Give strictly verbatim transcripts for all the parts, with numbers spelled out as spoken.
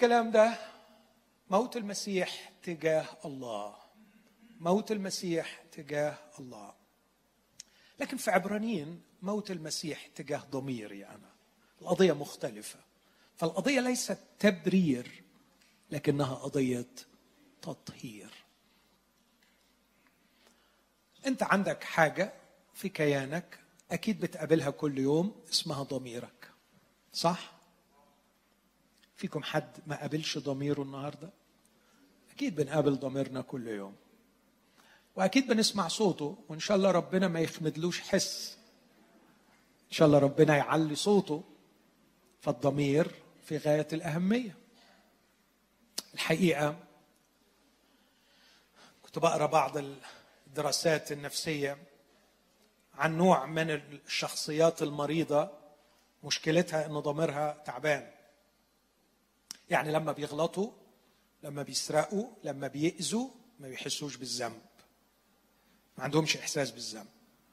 الكلام ده موت المسيح تجاه الله، موت المسيح تجاه الله. لكن في عبرانيين موت المسيح تجاه ضميري أنا. القضية مختلفة. فالقضية ليست تبرير لكنها قضية تطهير. أنت عندك حاجة في كيانك أكيد بتقابلها كل يوم اسمها ضميرك، صح؟ فيكم حد ما قابلش ضميره النهاردة؟ أكيد بنقابل ضميرنا كل يوم، وأكيد بنسمع صوته، وإن شاء الله ربنا ما يخمدلوش حس، إن شاء الله ربنا يعلي صوته. فالضمير في غاية الأهمية. الحقيقة كنت بقرأ بعض الدراسات النفسية عن نوع من الشخصيات المريضة مشكلتها إن ضميرها تعبان. يعني لما بيغلطوا، لما بيسرقوا، لما بيأذوا ما بيحسوش بالذنب، ما عندهمش إحساس بالذنب.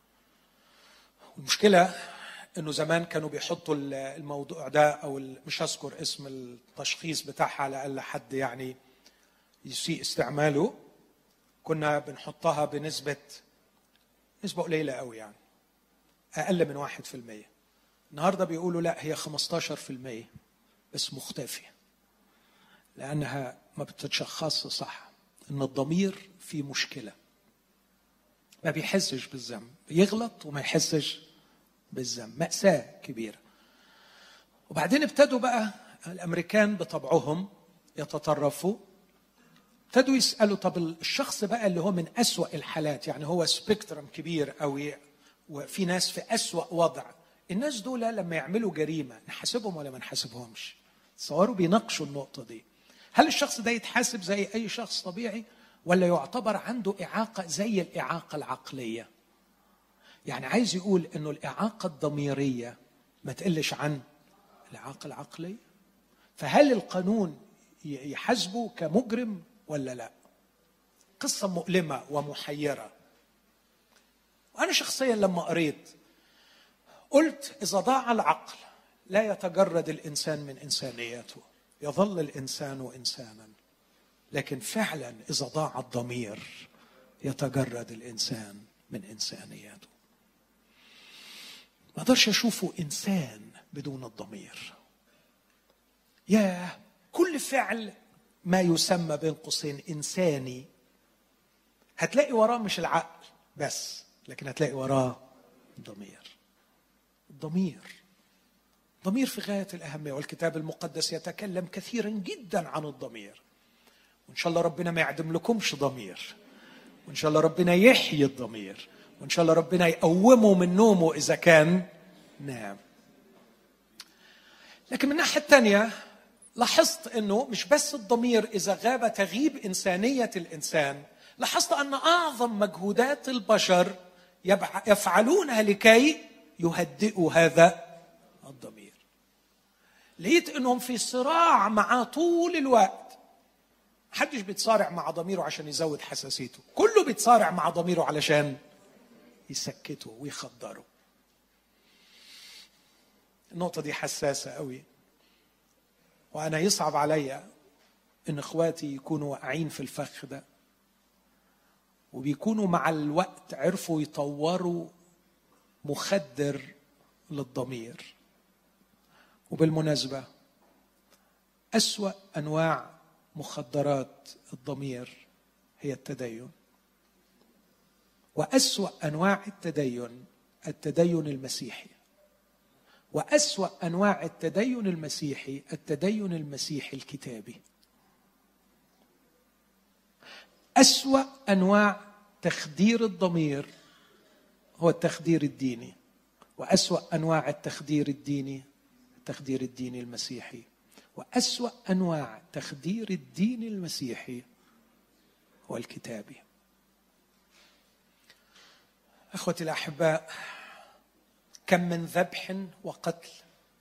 المشكلة إنه زمان كانوا بيحطوا الموضوع ده، أو مش هذكر اسم التشخيص بتاعها على الأقل حد يعني يسيء استعماله، كنا بنحطها بنسبة نسبة قليلة قوي، يعني أقل من واحد في المية. النهاردة بيقولوا لا، هي خمستاشر في المية بس مختفية، لأنها ما بتتشخص صح. إن الضمير فيه مشكلة، ما بيحسش بالذنب، يغلط وما يحسش بالذنب. مأساة كبيرة. وبعدين ابتدوا بقى الأمريكان بطبعهم يتطرفوا، ابتدوا يسألوا طب الشخص بقى اللي هو من أسوأ الحالات، يعني هو سبيكترم كبير قوي وفي ناس في أسوأ وضع، الناس دول لما يعملوا جريمة نحاسبهم ولا ما نحاسبهمش؟ تصوروا بيناقشوا النقطة دي. هل الشخص ده يتحاسب زي أي شخص طبيعي، ولا يعتبر عنده إعاقة زي الإعاقة العقلية؟ يعني عايز يقول إنه الإعاقة الضميرية ما تقلش عن الإعاقة العقلية. فهل القانون يحاسبه كمجرم ولا لا؟ قصة مؤلمة ومحيرة. وأنا شخصيا لما قريت قلت إذا ضاع العقل لا يتجرد الإنسان من إنسانيته، يظل الإنسان إنسانا. لكن فعلا إذا ضاع الضمير يتجرد الإنسان من إنسانيته. ما أقدرش أشوفه إنسان بدون الضمير. يا كل فعل ما يسمى بين قوسين إنساني هتلاقي وراه مش العقل بس، لكن هتلاقي وراه الضمير. الضمير ضمير في غاية الأهمية، والكتاب المقدس يتكلم كثيرا جدا عن الضمير. وإن شاء الله ربنا ما يعدم لكمش ضمير، وإن شاء الله ربنا يحيي الضمير، وإن شاء الله ربنا يقومه من نومه إذا كان نام. لكن من الناحية الثانية لاحظت أنه مش بس الضمير إذا غاب تغيب إنسانية الإنسان، لاحظت أن أعظم مجهودات البشر يفعلونها لكي يهدئوا هذا الضمير. لقيت أنهم في صراع مع طول الوقت. محدش بيتصارع مع ضميره عشان يزود حساسيته، كله بيتصارع مع ضميره علشان يسكته ويخدره. النقطة دي حساسة قوي، وأنا يصعب عليا إن إخواتي يكونوا واقعين في الفخ ده، وبيكونوا مع الوقت عرفوا يطوروا مخدر للضمير. وبالمناسبة أسوأ أنواع مخدرات الضمير هي التدين، وأسوأ أنواع التدين التدين المسيحي، وأسوأ أنواع التدين المسيحي التدين المسيحي الكتابي. أسوأ أنواع تخدير الضمير هو التخدير الديني، وأسوأ أنواع التخدير الديني التخدير الديني المسيحي، وأسوأ أنواع تخدير الدين المسيحي هو الكتابي. أخوتي الأحباء، كم من ذبح وقتل،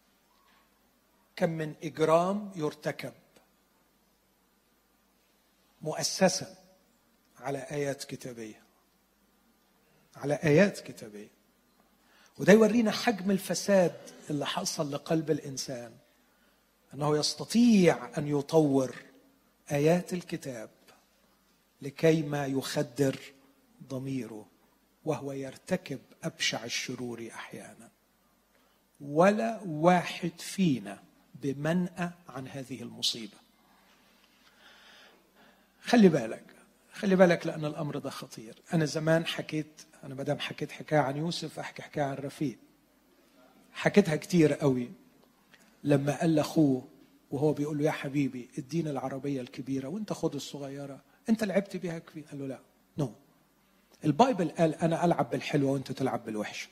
كم من إجرام يرتكب مؤسسا على آيات كتابية، على آيات كتابية. وده يورينا حجم الفساد اللي حصل لقلب الإنسان أنه يستطيع أن يطور آيات الكتاب لكي ما يخدر ضميره وهو يرتكب أبشع الشرور أحيانا. ولا واحد فينا بمنأى عن هذه المصيبة. خلي بالك خلي بالك لأن الأمر ده خطير. أنا زمان حكيت، أنا مدام حكيت حكاية عن يوسف أحكي حكاية عن رفيق، حكيتها كتير قوي. لما قال لأخوه وهو بيقول له يا حبيبي ادينا العربية الكبيرة وانت خد الصغيرة، انت لعبت بيها كتير. قال له لا، نو، البايبل قال أنا ألعب بالحلوة وانت تلعب بالوحشة.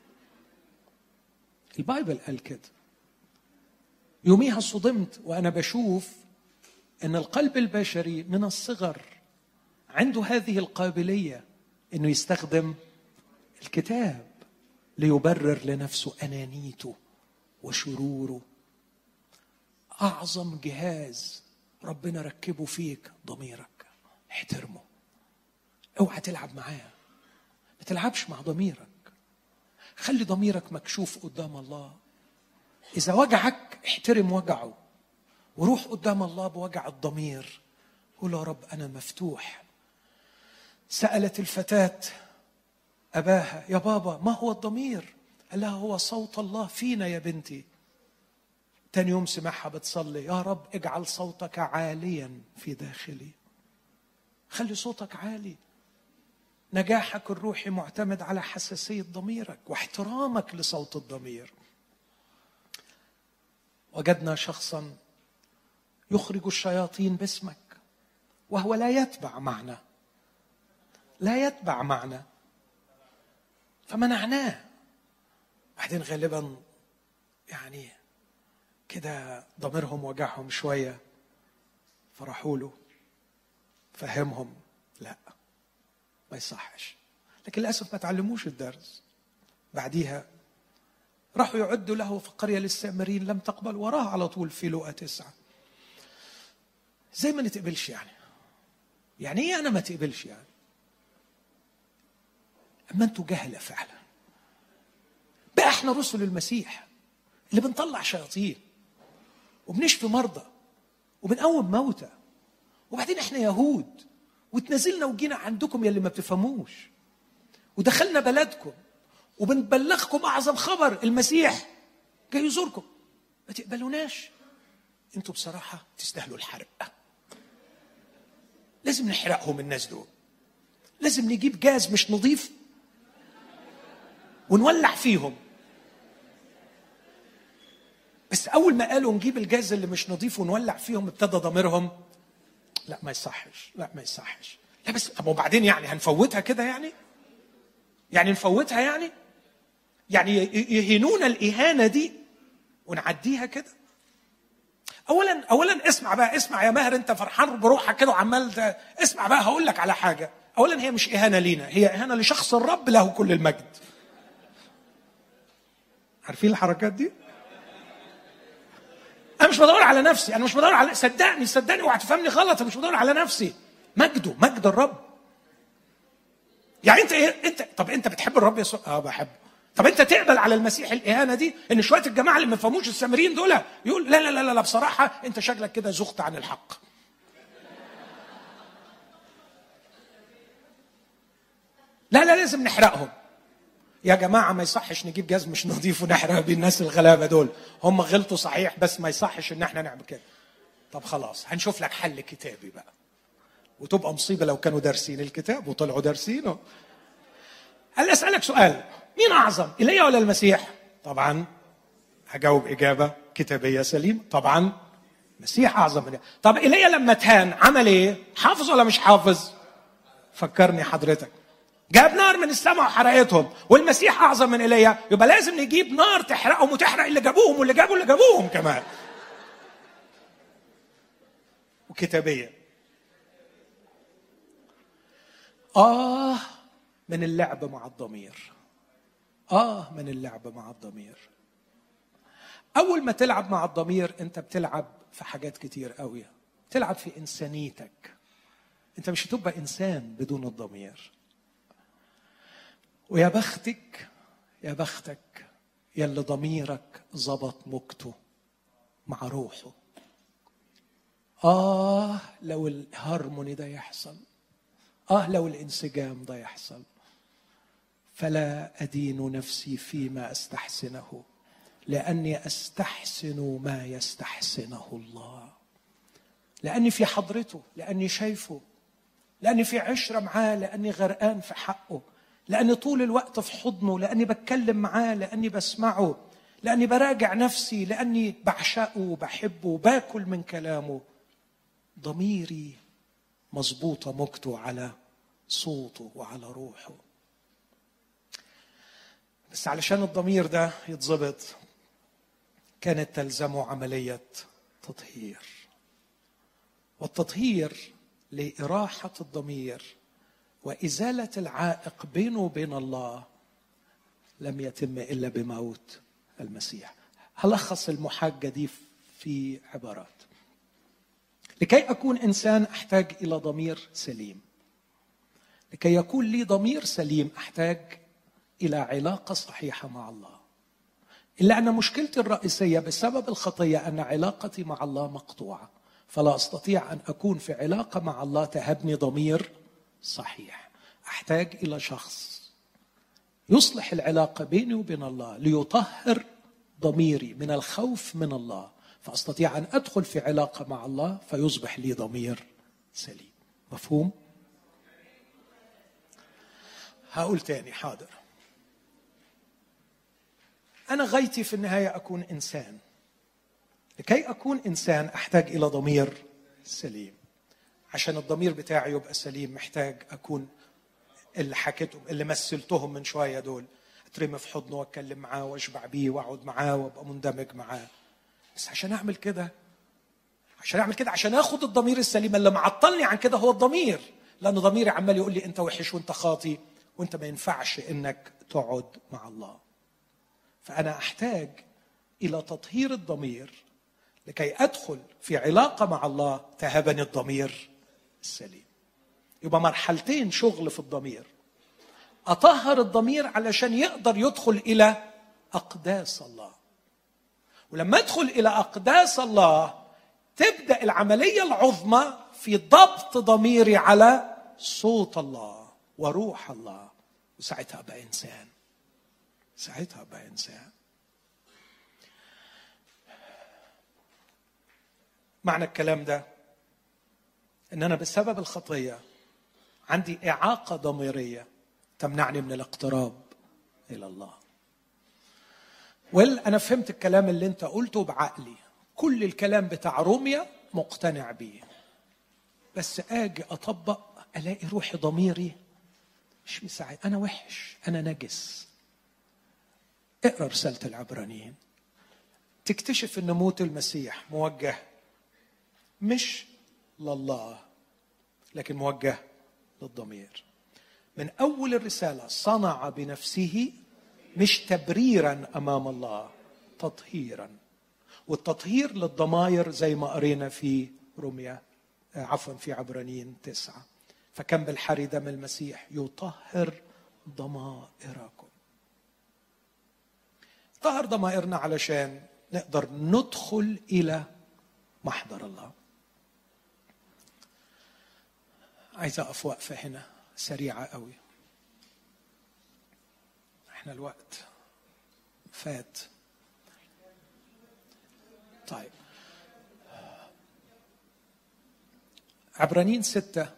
البايبل قال كده. يوميها صدمت وأنا بشوف أن القلب البشري من الصغر عنده هذه القابلية أنه يستخدم الكتاب ليبرر لنفسه أنانيته وشروره. أعظم جهاز ربنا ركبه فيك ضميرك، احترمه، اوعى تلعب معاه، ما تلعبش مع ضميرك، خلي ضميرك مكشوف قدام الله. إذا وجعك احترم وجعه وروح قدام الله بوجع الضمير، قول يا رب أنا مفتوح. سألت الفتاة أباها يا بابا ما هو الضمير؟ قال لها هو صوت الله فينا يا بنتي. تاني يوم سمعها بتصلي يا رب اجعل صوتك عاليا في داخلي، خلي صوتك عالي. نجاحك الروحي معتمد على حساسية ضميرك واحترامك لصوت الضمير. وجدنا شخصا يخرج الشياطين باسمك وهو لا يتبع معنا، لا يتبع معنا، فمنعناه. بعدين غالبا يعني كده ضميرهم وجعهم شوية فرحوا له فهمهم لا ما يصحش، لكن للأسف ما تعلموش الدرس. بعديها راحوا يعدوا له في قرية للسامريين لم تقبل، وراه على طول في لوقا تسعة. زي ما نتقبلش يعني يعني ايه انا ما تقبلش يعني؟ اما انتوا جهلة فعلا. بقى احنا رسل المسيح اللي بنطلع شياطين وبنشفي مرضى وبنقوم موتى، وبعدين احنا يهود وتنزلنا وجينا عندكم يلي ما بتفهموش ودخلنا بلدكم وبنبلغكم اعظم خبر، المسيح جاي يزوركم، ما تقبلوناش. انتوا بصراحة تستاهلوا الحرق. لازم نحرقهم الناس دول، لازم نجيب جاز مش نظيف ونولع فيهم. بس اول ما قالوا نجيب الجاز اللي مش نظيف ونولع فيهم ابتدى ضميرهم لا ما يصحش، لا ما يصحش. لا بس طب وبعدين يعني هنفوتها كده يعني يعني نفوتها يعني يعني يهينونا الإهانة دي ونعديها كده. اولا اولا اسمع بقى، اسمع يا ماهر، انت فرحان بروحك كده وعمال اسمع بقى. هقول لك على حاجه. اولا هي مش اهانه لينا، هي اهانه لشخص الرب له كل المجد. عارفين الحركات دي؟ انا مش بدور على نفسي، انا مش بدور على، صدقني صدقني اوعى تفهمني غلط، انا مش بدور على نفسي. مجده مجد الرب. يعني انت ايه انت طب انت بتحب الرب يسوع؟ اه بحبه. طب انت تقبل على المسيح الاهانه دي ان شويه الجماعه اللي ما فهموش السامريين دول يقول لا لا لا لا بصراحه انت شكلك كده زغت عن الحق؟ لا لا لازم نحرقهم يا جماعه. ما يصحش نجيب جاز مش نظيف ونحرق بيه الناس الغلابه دول. هم غلطوا صحيح بس ما يصحش ان احنا نعمل كده. طب خلاص هنشوف لك حل كتابي بقى، وتبقى مصيبه لو كانوا دارسين الكتاب وطلعوا دارسينه. هل اسالك سؤال، مين اعظم، ايليا ولا المسيح؟ طبعا هجاوب اجابه كتابيه سليمه، طبعا المسيح اعظم من. طب ايليا لما تهان عمل ايه؟ حافظ ولا مش حافظ؟ فكرني حضرتك. جاب نار من السماء وحرقتهم، والمسيح اعظم من ايليا، يبقى لازم نجيب نار تحرقهم وتحرق اللي جابوهم واللي جابوا اللي جابوهم كمان. وكتابيه. اه من اللعب مع الضمير، آه من اللعب مع الضمير. أول ما تلعب مع الضمير أنت بتلعب في حاجات كتير قوي، تلعب في إنسانيتك. أنت مش هتبقى إنسان بدون الضمير. ويا بختك يا بختك يا اللي ضميرك ظبط موجته مع روحه. آه لو الهارموني ده يحصل، آه لو الانسجام ده يحصل. فلا أدين نفسي فيما أستحسنه، لأني أستحسن ما يستحسنه الله، لأني في حضرته، لأني شايفه، لأني في عشرة معاه، لأني غرقان في حقه، لأني طول الوقت في حضنه، لأني بتكلم معاه، لأني بسمعه، لأني براجع نفسي، لأني بعشقه وبحبه وباكل من كلامه. ضميري مظبوطة موجته على صوته وعلى روحه. بس علشان الضمير ده يتظبط كانت تلزمه عملية تطهير، والتطهير لإراحة الضمير وإزالة العائق بينه وبين الله لم يتم إلا بموت المسيح. هلخص المحاجة دي في عبارات. لكي أكون إنسان أحتاج إلى ضمير سليم. لكي يكون لي ضمير سليم أحتاج إلى علاقة صحيحة مع الله. إلا أن مشكلتي الرئيسية بسبب الخطية أن علاقتي مع الله مقطوعة، فلا أستطيع أن أكون في علاقة مع الله تهبني ضمير صحيح. أحتاج إلى شخص يصلح العلاقة بيني وبين الله ليطهر ضميري من الخوف من الله، فأستطيع أن أدخل في علاقة مع الله فيصبح لي ضمير سليم. مفهوم؟ هقول تاني. حاضر. أنا غايتي في النهاية أكون إنسان. لكي أكون إنسان أحتاج إلى ضمير سليم. عشان الضمير بتاعي يبقى سليم محتاج أكون اللي حكيتهم اللي مثلتهم من شوية دول، أترمي في حضنه وأتكلم معاه وأشبع بيه وأقعد معاه وأبقى مندمج معاه. بس عشان أعمل كده عشان أعمل كده عشان أخذ الضمير السليم، اللي معطلني عن كده هو الضمير، لأن ضميري عمال يقول لي أنت وحش وأنت خاطي وأنت ما ينفعش إنك تقعد مع الله. فأنا أحتاج إلى تطهير الضمير لكي أدخل في علاقة مع الله تهبني الضمير السليم. يبقى مرحلتين شغل في الضمير. أطهر الضمير علشان يقدر يدخل إلى أقداس الله، ولما أدخل إلى أقداس الله تبدأ العملية العظمى في ضبط ضميري على صوت الله وروح الله، وساعتها أبقى إنسان. ساعتها أبقى إنسان. معنى الكلام ده إن أنا بسبب الخطية عندي إعاقة ضميرية تمنعني من الاقتراب إلى الله. وال أنا فهمت الكلام اللي أنت قلته بعقلي، كل الكلام بتاع روميا مقتنع بيه، بس آجي أطبق ألاقي روحي ضميري مش مساعد. أنا وحش، أنا نجس. اقرأ رسالة العبرانيين تكتشف أن موت المسيح موجه مش لله لكن موجه للضمير. من أول الرسالة صنع بنفسه مش تبريرا أمام الله، تطهيرا. والتطهير للضمائر زي ما قرينا في روميا عفوا في عبرانيين تسعة، فكم بالحري دم المسيح يطهر ضمائركم. طهر ضمائرنا علشان نقدر ندخل إلى محضر الله. عايز أقف وقفة هنا سريعة قوي، احنا الوقت فات. طيب عبرانيين ستة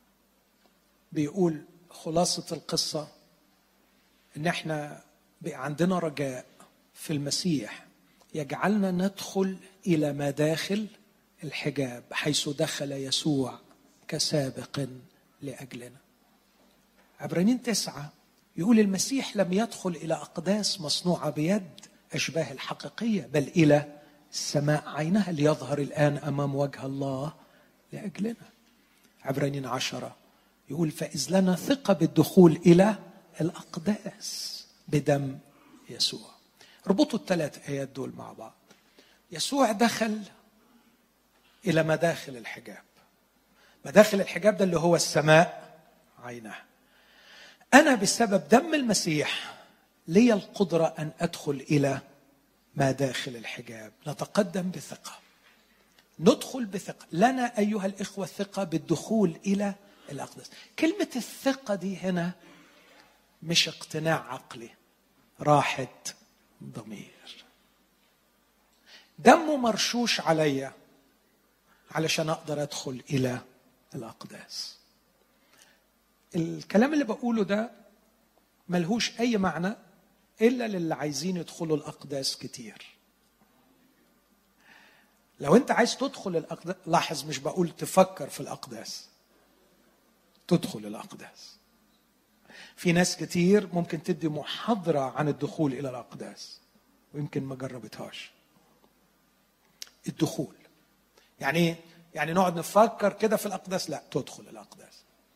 بيقول خلاصة القصة ان احنا بقى عندنا رجاء في المسيح يجعلنا ندخل إلى مداخل الحجاب حيث دخل يسوع كسابق لأجلنا. عبرانيين تسعة يقول المسيح لم يدخل إلى أقداس مصنوعة بيد أشباه الحقيقية، بل إلى السماء عينها ليظهر الآن أمام وجه الله لأجلنا. عبرانيين عشرة يقول فإذ لنا ثقة بالدخول إلى الأقداس بدم يسوع. ربطوا الثلاث آيات دول مع بعض. يسوع دخل إلى مداخل الحجاب. مداخل الحجاب ده اللي هو السماء عينها. أنا بسبب دم المسيح لي القدرة أن أدخل إلى ما داخل الحجاب، نتقدم بثقة، ندخل بثقة. لنا أيها الإخوة الثقة بالدخول إلى الأقداس. كلمة الثقة دي هنا مش اقتناع عقلي، راحة ضمير. دمه مرشوش عليا علشان أقدر أدخل إلى الأقداس. الكلام اللي بقوله ده ملهوش أي معنى إلا للي عايزين يدخلوا الأقداس كتير. لو أنت عايز تدخل الأقداس، لاحظ مش بقول تفكر في الأقداس، تدخل الأقداس. في ناس كتير ممكن تدي محاضرة عن الدخول إلى الأقداس ويمكن ما جربتهاش. الدخول يعني يعني نقعد نفكر كده في الأقداس؟ لا، تدخل الأقداس،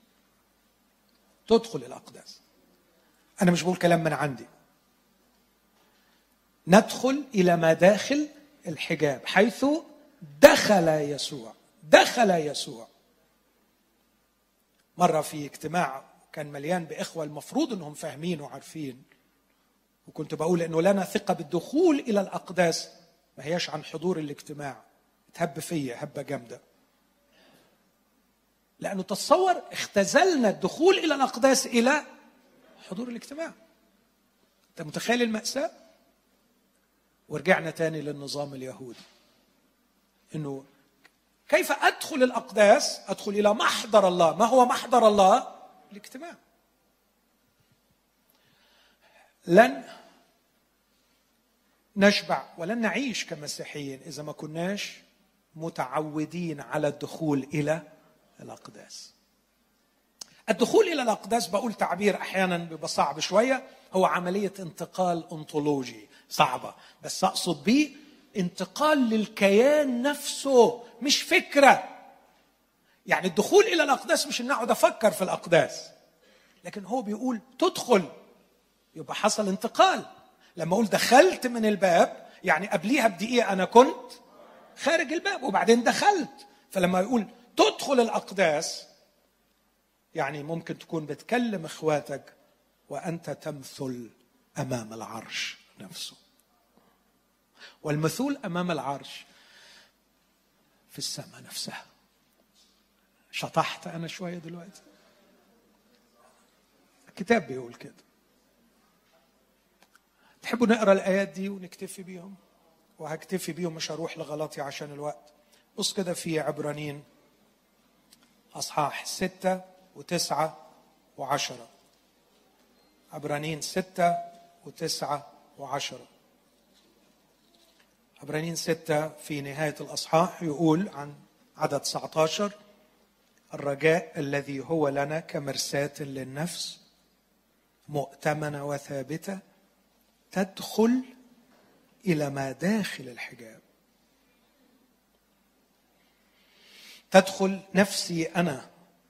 تدخل الأقداس. أنا مش بقول كلام من عندي. ندخل إلى ما داخل الحجاب حيث دخل يسوع. دخل يسوع. مرة في اجتماع كان مليان بإخوة المفروض أنهم فاهمين وعارفين، وكنت بقول أنه لنا ثقة بالدخول إلى الأقداس، ما هياش عن حضور الاجتماع. تهب فيا هبة جامدة، لأنه تصور اختزلنا الدخول إلى الأقداس إلى حضور الاجتماع. أنت متخيل المأساة؟ ورجعنا تاني للنظام اليهودي، أنه كيف أدخل الأقداس؟ أدخل إلى محضر الله. ما هو محضر الله؟ الاجتماع. لن نشبع ولن نعيش كمسيحيين إذا ما كناش متعودين على الدخول إلى الأقداس. الدخول إلى الأقداس، بقول تعبير أحيانا بيبقى صعب شوية، هو عملية انتقال أنطولوجي صعبة، بس أقصد بيه انتقال للكيان نفسه، مش فكرة. يعني الدخول إلى الأقداس مش إن أقعد أفكر في الأقداس، لكن هو بيقول تدخل، يبقى حصل انتقال. لما أقول دخلت من الباب، يعني قبليها بدقيقة أنا كنت خارج الباب وبعدين دخلت. فلما يقول تدخل الأقداس، يعني ممكن تكون بتكلم إخواتك وأنت تمثل أمام العرش نفسه. والمثول أمام العرش في السماء نفسها. شطحت أنا شوية دلوقتي. الكتاب بيقول كده. تحبوا نقرأ الآيات دي ونكتفي بيهم؟ وهكتفي بيهم، مش هروح لغلطي عشان الوقت. بص كده في عبرانيين أصحاح ستة وتسعة وعشرة. عبرانيين ستة وتسعة وعشرة. عبرانيين ستة في نهاية الأصحاح يقول عن عدد تسعة عشر: الرجاء الذي هو لنا كمرساة للنفس مؤتمنة وثابتة تدخل إلى ما داخل الحجاب. تدخل نفسي أنا.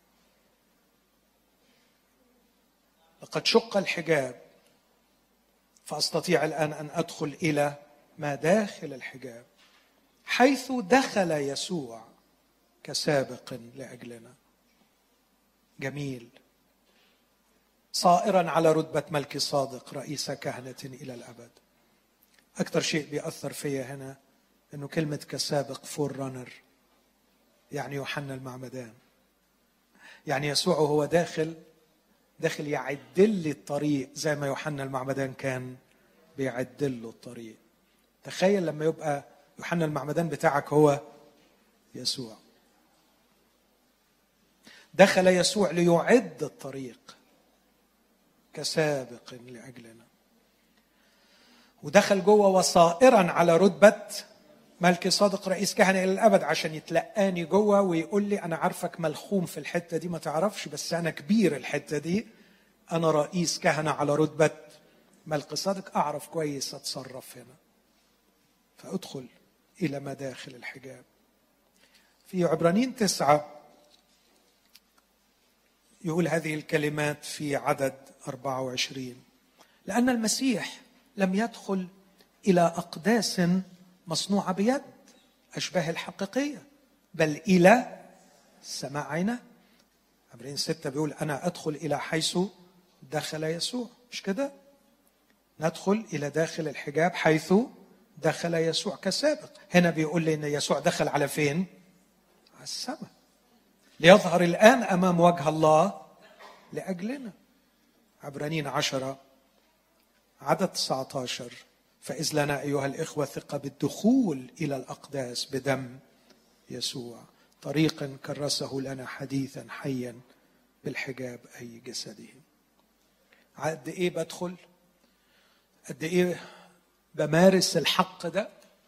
لقد شق الحجاب، فأستطيع الآن أن أدخل إلى ما داخل الحجاب حيث دخل يسوع كسابق لأجلنا. جميل. صائرا على رتبة ملك صادق رئيس كهنة إلى الأبد. أكثر شيء بيأثر فيا هنا أنه كلمة كسابق فور رانر، يعني يوحنا المعمدان. يعني يسوع هو داخل داخل يعدل لي الطريق زي ما يوحنا المعمدان كان بيعدل له الطريق. تخيل لما يبقى يوحنا المعمدان بتاعك هو يسوع. دخل يسوع ليعد الطريق كسابق لأجلنا، ودخل جوه وصائرا على رتبة ملك صادق رئيس كهنة إلى الأبد عشان يتلقاني جوه ويقول لي أنا عارفك ملخوم في الحتة دي ما تعرفش، بس أنا كبير الحتة دي، أنا رئيس كهنة على رتبة ملك صادق، أعرف كويس أتصرف هنا. فأدخل إلى مداخل الحجاب. في عبرانيين تسعة يقول هذه الكلمات في عدد أربعة وعشرين: لأن المسيح لم يدخل إلى أقداس مصنوعة بيد أشباه الحقيقية، بل إلى سماع عينه. عبرانيين ستة بيقول أنا أدخل إلى حيث دخل يسوع، مش كده؟ ندخل إلى داخل الحجاب حيث دخل يسوع كسابق. هنا بيقول لي ان يسوع دخل على فين؟ على السماء، ليظهر الآن أمام وجه الله لأجلنا. عبرانيين عشرة عدد تسعة عشر: فإذ لنا أيها الإخوة ثقة بالدخول إلى الأقداس بدم يسوع، طريقا كرسه لنا حديثا حيا بالحجاب أي جسده. قد إيه بدخل، قد إيه بمارس الحق ده.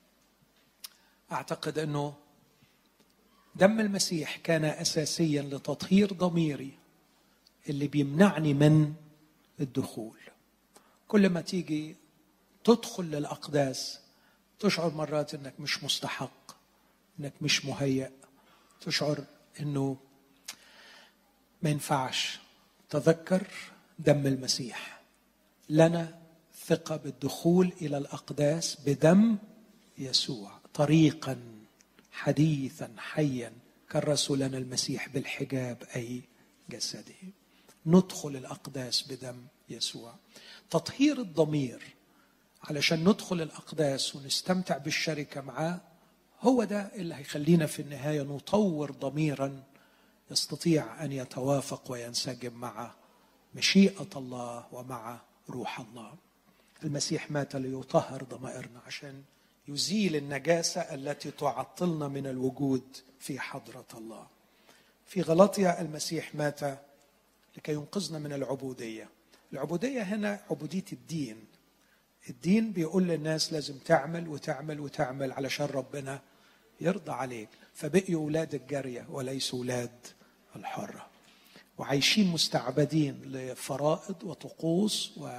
أعتقد أنه دم المسيح كان أساسيا لتطهير ضميري اللي بيمنعني من الدخول. كل ما تيجي تدخل للأقداس تشعر مرات أنك مش مستحق، أنك مش مهيأ، تشعر أنه ما ينفعش. تذكر دم المسيح. لنا ثقة بالدخول إلى الأقداس بدم يسوع، طريقا حديثا حيا كرس لنا المسيح بالحجاب أي جسده. ندخل الأقداس بدم يسوع. تطهير الضمير علشان ندخل الأقداس ونستمتع بالشركة معاه، هو ده اللي هيخلينا في النهاية نطور ضميرا يستطيع أن يتوافق وينسجم مع مشيئة الله ومع روح الله. المسيح مات ليطهر ضمائرنا عشان يزيل النجاسة التي تعطلنا من الوجود في حضرة الله. في غلاطيا المسيح مات لكي ينقذنا من العبودية. العبودية هنا عبودية الدين. الدين بيقول للناس لازم تعمل وتعمل وتعمل علشان ربنا يرضى عليك، فبقيوا أولاد الجارية وليسوا أولاد الحرة، وعايشين مستعبدين لفرائض وطقوس و...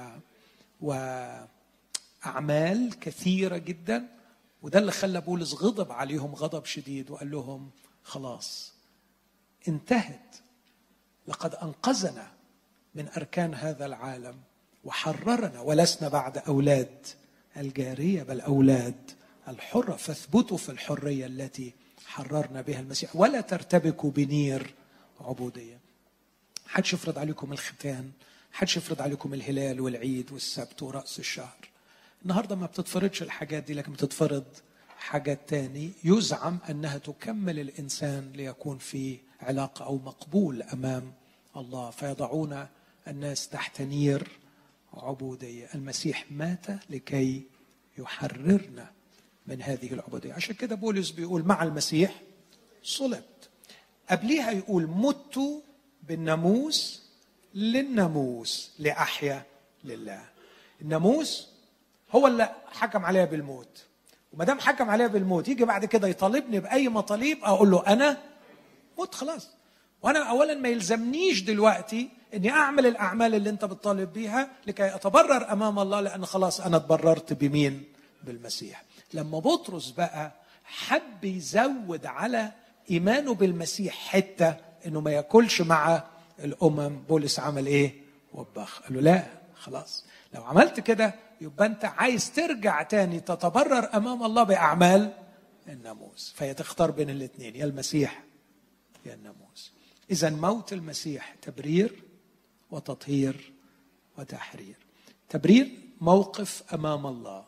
وأعمال كثيرة جدا. وده اللي خلى بولس غضب عليهم غضب شديد وقال لهم خلاص انتهت، لقد أنقذنا من أركان هذا العالم وحررنا، ولسنا بعد أولاد الجارية بل أولاد الحرة، فاثبتوا في الحرية التي حررنا بها المسيح ولا ترتبكوا بنير عبودية. حدش يفرض عليكم الختان، حدش يفرض عليكم الهلال والعيد والسبت ورأس الشهر. النهاردة ما بتتفرضش الحاجات دي، لكن بتتفرض حاجات تاني يزعم أنها تكمل الإنسان ليكون في علاقة أو مقبول أمام الله، فيضعون الناس تحت نير عبودية. المسيح مات لكي يحررنا من هذه العبودية. عشان كده بولس بيقول مع المسيح صلبت. قبليها يقول مت بالناموس للناموس لأحيا لله. الناموس هو اللي حكم عليها بالموت، وما دام حكم عليها بالموت يجي بعد كده يطالبني بأي مطالب أقول له أنا موت خلاص. وأنا أولا ما يلزمنيش دلوقتي أني أعمل الأعمال اللي أنت بتطالب بيها لكي أتبرر أمام الله، لأن خلاص أنا اتبررت بمين؟ بالمسيح. لما بطرس بقى حب يزود على إيمانه بالمسيح حتى أنه ما يأكلش مع الأمم، بولس عمل إيه؟ وبخ. قال له لا خلاص، لو عملت كده يبقى أنت عايز ترجع تاني تتبرر أمام الله بأعمال الناموس، فيتختار بين الاثنين، يا المسيح يا الناموس. إذن موت المسيح تبرير وتطهير وتحرير. تبرير موقف أمام الله،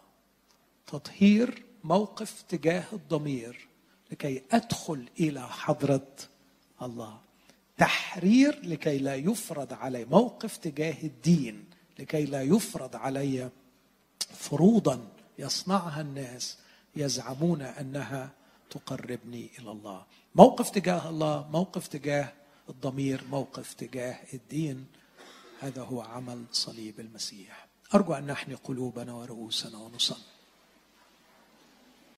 تطهير موقف تجاه الضمير لكي أدخل إلى حضرة الله، تحرير لكي لا يفرض علي، موقف تجاه الدين لكي لا يفرض علي فروضا يصنعها الناس يزعمون أنها تقربني إلى الله. موقف تجاه الله، موقف تجاه الضمير، موقف تجاه الدين. هذا هو عمل صليب المسيح. أرجو أن نحني قلوبنا ورؤوسنا ونصلي.